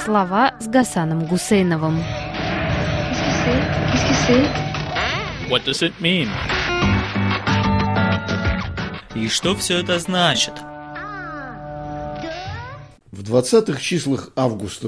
Слова с Гасаном Гусейновым. What does it mean? И что все это значит? В 20-х числах августа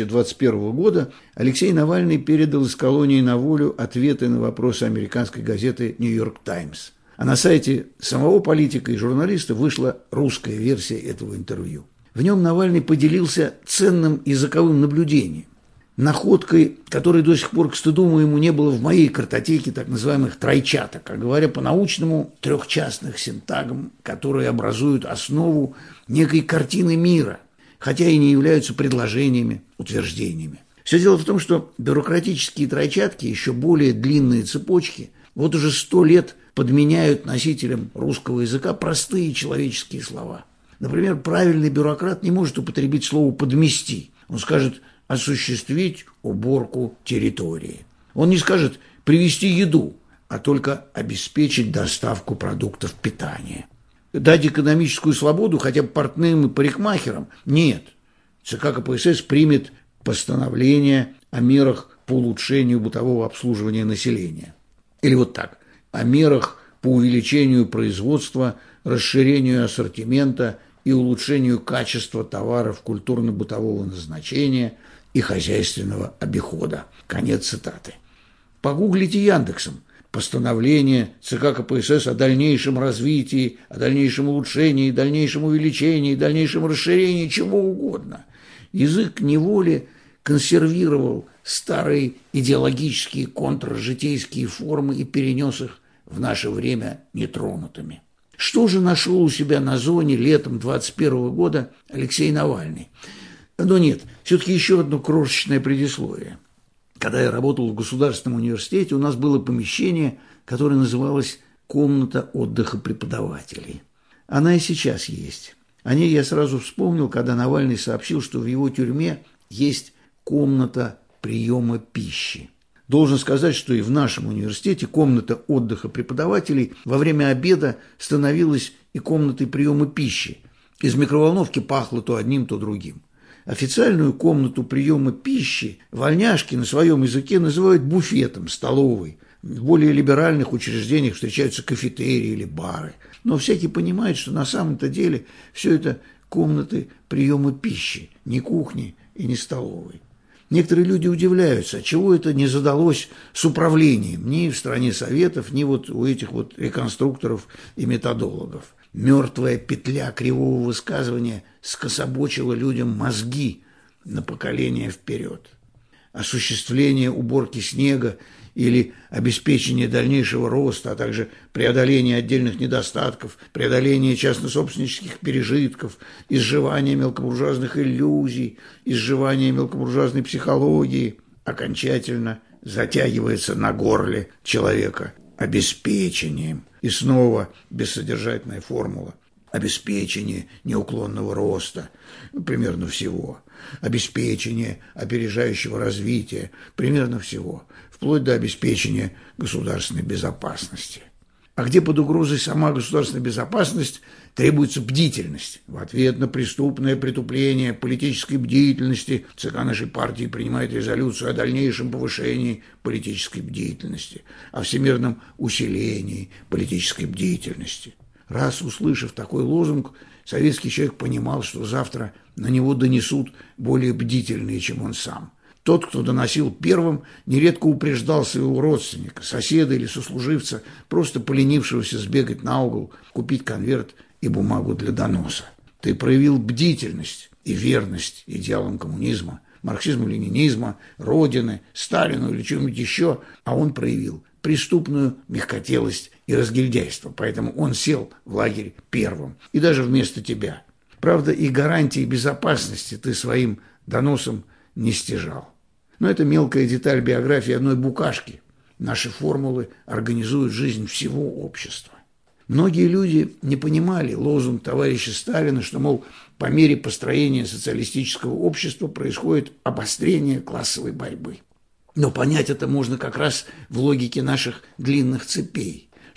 2021 года Алексей Навальный передал из колонии на волю ответы на вопросы американской газеты «Нью-Йорк Таймс». А на сайте самого политика и журналиста вышла русская версия этого интервью. В нем Навальный поделился ценным языковым наблюдением, находкой, которой до сих пор, к стыду моему, не было в моей картотеке так называемых тройчаток, а говоря по-научному, трехчастных синтагм, которые образуют основу некой картины мира, хотя и не являются предложениями, утверждениями. Все дело в том, что бюрократические тройчатки, еще более длинные цепочки, вот уже 100 лет подменяют носителям русского языка простые человеческие слова. Например, правильный бюрократ не может употребить слово «подмести». Он скажет «осуществить уборку территории». Он не скажет «привезти еду», а только «обеспечить доставку продуктов питания». Дать экономическую свободу хотя бы портным и парикмахерам? Нет. ЦК КПСС примет постановление о мерах по улучшению бытового обслуживания населения. Или вот так. О мерах по увеличению производства, расширению ассортимента и улучшению качества товаров культурно-бытового назначения и хозяйственного обихода. Конец цитаты. Погуглите Яндексом. Постановление ЦК КПСС о дальнейшем развитии, о дальнейшем улучшении, дальнейшем увеличении, дальнейшем расширении, чего угодно. Язык неволи консервировал старые идеологические контржитейские формы и перенес их в наше время нетронутыми. Что же нашел у себя на зоне летом 2021 года Алексей Навальный? Но нет, все-таки еще одно крошечное предисловие. Когда я работал в Государственном университете, у нас было помещение, которое называлось «Комната отдыха преподавателей». Она и сейчас есть. О ней я сразу вспомнил, когда Навальный сообщил, что в его тюрьме есть комната приема пищи. Должен сказать, что и в нашем университете комната отдыха преподавателей во время обеда становилась и комнатой приема пищи. Из микроволновки пахло то одним, то другим. Официальную комнату приема пищи вольняшки на своем языке называют буфетом, столовой. В более либеральных учреждениях встречаются кафетерии или бары. Но всякий понимает, что на самом-то деле все это комнаты приема пищи, не кухни и не столовой. Некоторые люди удивляются, отчего это не задалось с управлением ни в стране Советов, ни вот у этих вот реконструкторов и методологов. Мертвая петля кривого высказывания скособочила людям мозги на поколение вперед. Осуществление уборки снега или обеспечение дальнейшего роста, а также преодоление отдельных недостатков, преодоление частнособственнических пережитков, изживание мелкобуржуазных иллюзий, изживание мелкобуржуазной психологии окончательно затягивается на горле человека обеспечением. И снова бессодержательная формула. Обеспечение неуклонного роста, примерно всего. Обеспечение опережающего развития, примерно всего. Вплоть до обеспечения государственной безопасности. А где под угрозой сама государственная безопасность, требуется бдительность. В ответ на преступное притупление политической бдительности ЦК нашей партии принимает резолюцию о дальнейшем повышении политической бдительности, о всемирном усилении политической бдительности. Раз услышав такой лозунг, советский человек понимал, что завтра на него донесут более бдительные, чем он сам. Тот, кто доносил первым, нередко упреждал своего родственника, соседа или сослуживца, просто поленившегося сбегать на угол, купить конверт и бумагу для доноса. Ты проявил бдительность и верность идеалам коммунизма, марксизму, ленинизма, Родины, Сталину или чего-нибудь еще, а он проявил преступную мягкотелость и разгильдяйство, поэтому он сел в лагерь первым, и даже вместо тебя. Правда, и гарантии безопасности ты своим доносом не стяжал. Но это мелкая деталь биографии одной букашки. Наши формулы организуют жизнь всего общества. Многие люди не понимали лозунг товарища Сталина, что, мол, по мере построения социалистического общества происходит обострение классовой борьбы. Но понять это можно как раз в логике наших длинных цепей,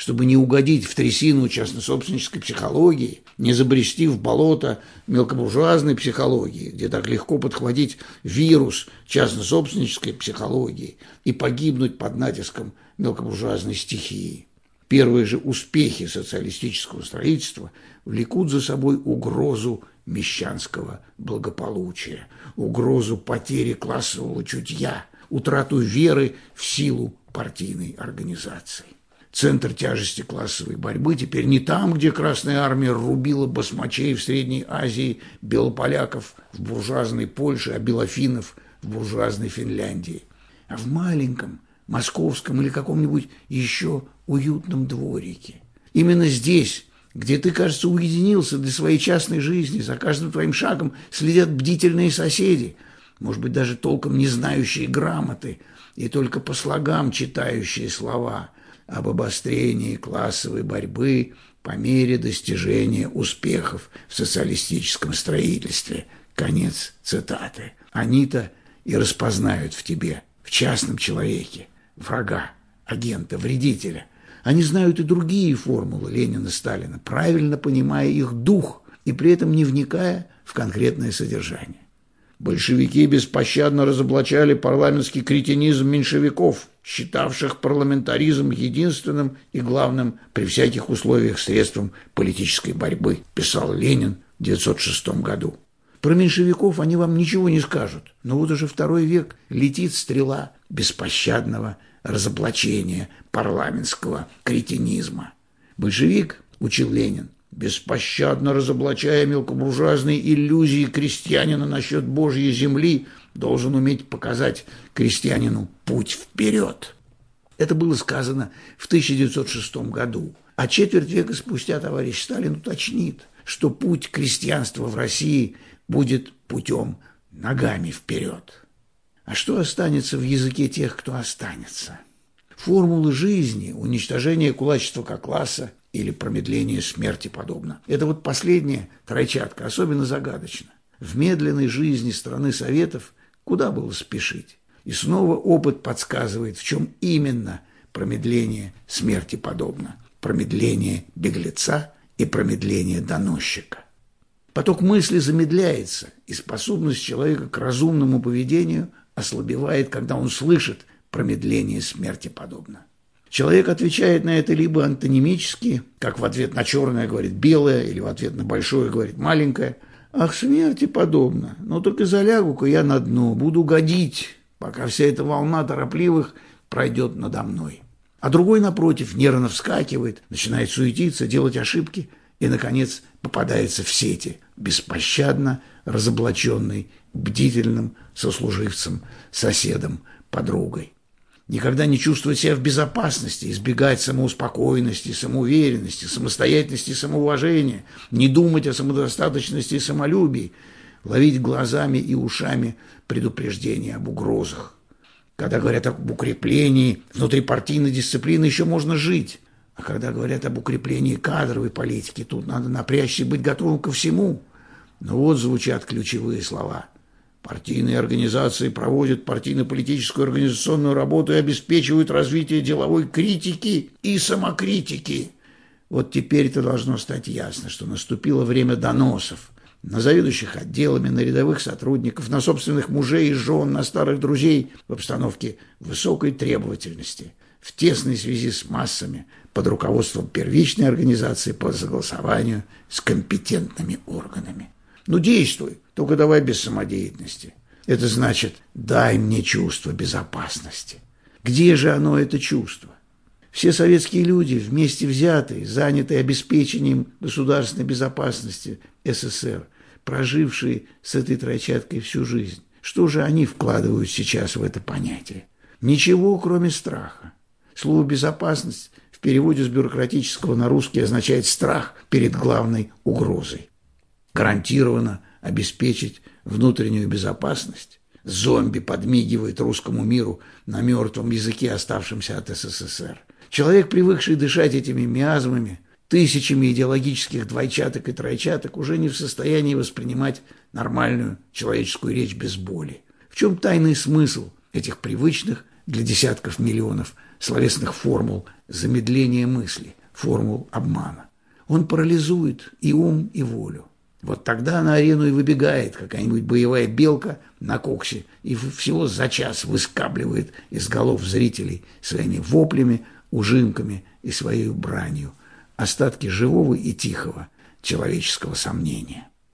чтобы не угодить в трясину частнособственнической психологии, не забрести в болото мелкобуржуазной психологии, где так легко подхватить вирус частнособственнической психологии и погибнуть под натиском мелкобуржуазной стихии. Первые же успехи социалистического строительства влекут за собой угрозу мещанского благополучия, угрозу потери классового чутья, утрату веры в силу партийной организации. Центр тяжести классовой борьбы теперь не там, где Красная Армия рубила басмачей в Средней Азии, белополяков в буржуазной Польше, а белофинов в буржуазной Финляндии, а в маленьком московском или каком-нибудь еще уютном дворике. Именно здесь, где ты, кажется, уединился для своей частной жизни, за каждым твоим шагом следят бдительные соседи, может быть, даже толком не знающие грамоты и только по слогам читающие слова об обострении классовой борьбы по мере достижения успехов в социалистическом строительстве. Конец цитаты. Они-то и распознают в тебе, в частном человеке, врага, агента, вредителя. Они знают и другие формулы Ленина-Сталина, правильно понимая их дух и при этом не вникая в конкретное содержание. Большевики беспощадно разоблачали парламентский кретинизм меньшевиков, считавших парламентаризм единственным и главным при всяких условиях средством политической борьбы, писал Ленин в 1906 году. Про меньшевиков они вам ничего не скажут, но вот уже второй век летит стрела беспощадного разоблачения парламентского кретинизма. Большевик, учил Ленин, беспощадно разоблачая мелкобуржуазные иллюзии крестьянина насчет Божьей земли, должен уметь показать крестьянину путь вперед. Это было сказано в 1906 году. А четверть века спустя товарищ Сталин уточнит, что путь крестьянства в России будет путем ногами вперед. А что останется в языке тех, кто останется? Формулы жизни, уничтожение кулачества как класса или промедление смерти подобно. Это вот последняя тройчатка особенно загадочна. В медленной жизни страны Советов куда было спешить? И снова опыт подсказывает, в чем именно промедление смерти подобно. Промедление беглеца и промедление доносчика. Поток мысли замедляется, и способность человека к разумному поведению ослабевает, когда он слышит промедление смерти подобно. Человек отвечает на это либо антонимически, как в ответ на черное говорит белое, или в ответ на большое говорит маленькое. Ах, смерти подобно, но только залягу-ка я на дно, буду годить, пока вся эта волна торопливых пройдет надо мной. А другой, напротив, нервно вскакивает, начинает суетиться, делать ошибки и, наконец, попадается в сети, беспощадно разоблаченный бдительным сослуживцем, соседом, подругой. Никогда не чувствовать себя в безопасности, избегать самоуспокоенности, самоуверенности, самостоятельности и самоуважения, не думать о самодостаточности и самолюбии, ловить глазами и ушами предупреждения об угрозах. Когда говорят об укреплении внутрипартийной дисциплины, еще можно жить. А когда говорят об укреплении кадровой политики, тут надо напрячься и быть готовым ко всему. Но вот звучат ключевые слова. Партийные организации проводят партийно-политическую организационную работу и обеспечивают развитие деловой критики и самокритики. Вот теперь-то должно стать ясно, что наступило время доносов на заведующих отделами, на рядовых сотрудников, на собственных мужей и жен, на старых друзей в обстановке высокой требовательности, в тесной связи с массами, под руководством первичной организации по согласованию с компетентными органами. Ну, действуй, только давай без самодеятельности. Это значит, дай мне чувство безопасности. Где же оно, это чувство? Все советские люди, вместе взятые, занятые обеспечением государственной безопасности СССР, прожившие с этой тройчаткой всю жизнь, что же они вкладывают сейчас в это понятие? Ничего, кроме страха. Слово «безопасность» в переводе с бюрократического на русский означает страх перед главной угрозой. Гарантированно обеспечить внутреннюю безопасность. Зомби подмигивает русскому миру на мертвом языке, оставшемся от СССР. Человек, привыкший дышать этими миазмами, тысячами идеологических двойчаток и тройчаток, уже не в состоянии воспринимать нормальную человеческую речь без боли. В чем тайный смысл этих привычных для десятков миллионов словесных формул замедления мысли? формул обмана. Он парализует и ум, и волю. Вот тогда на арену и выбегает какая-нибудь боевая белка на коксе и всего за час выскабливает из голов зрителей своими воплями, ужимками и своей бранью остатки живого и тихого человеческого сомнения.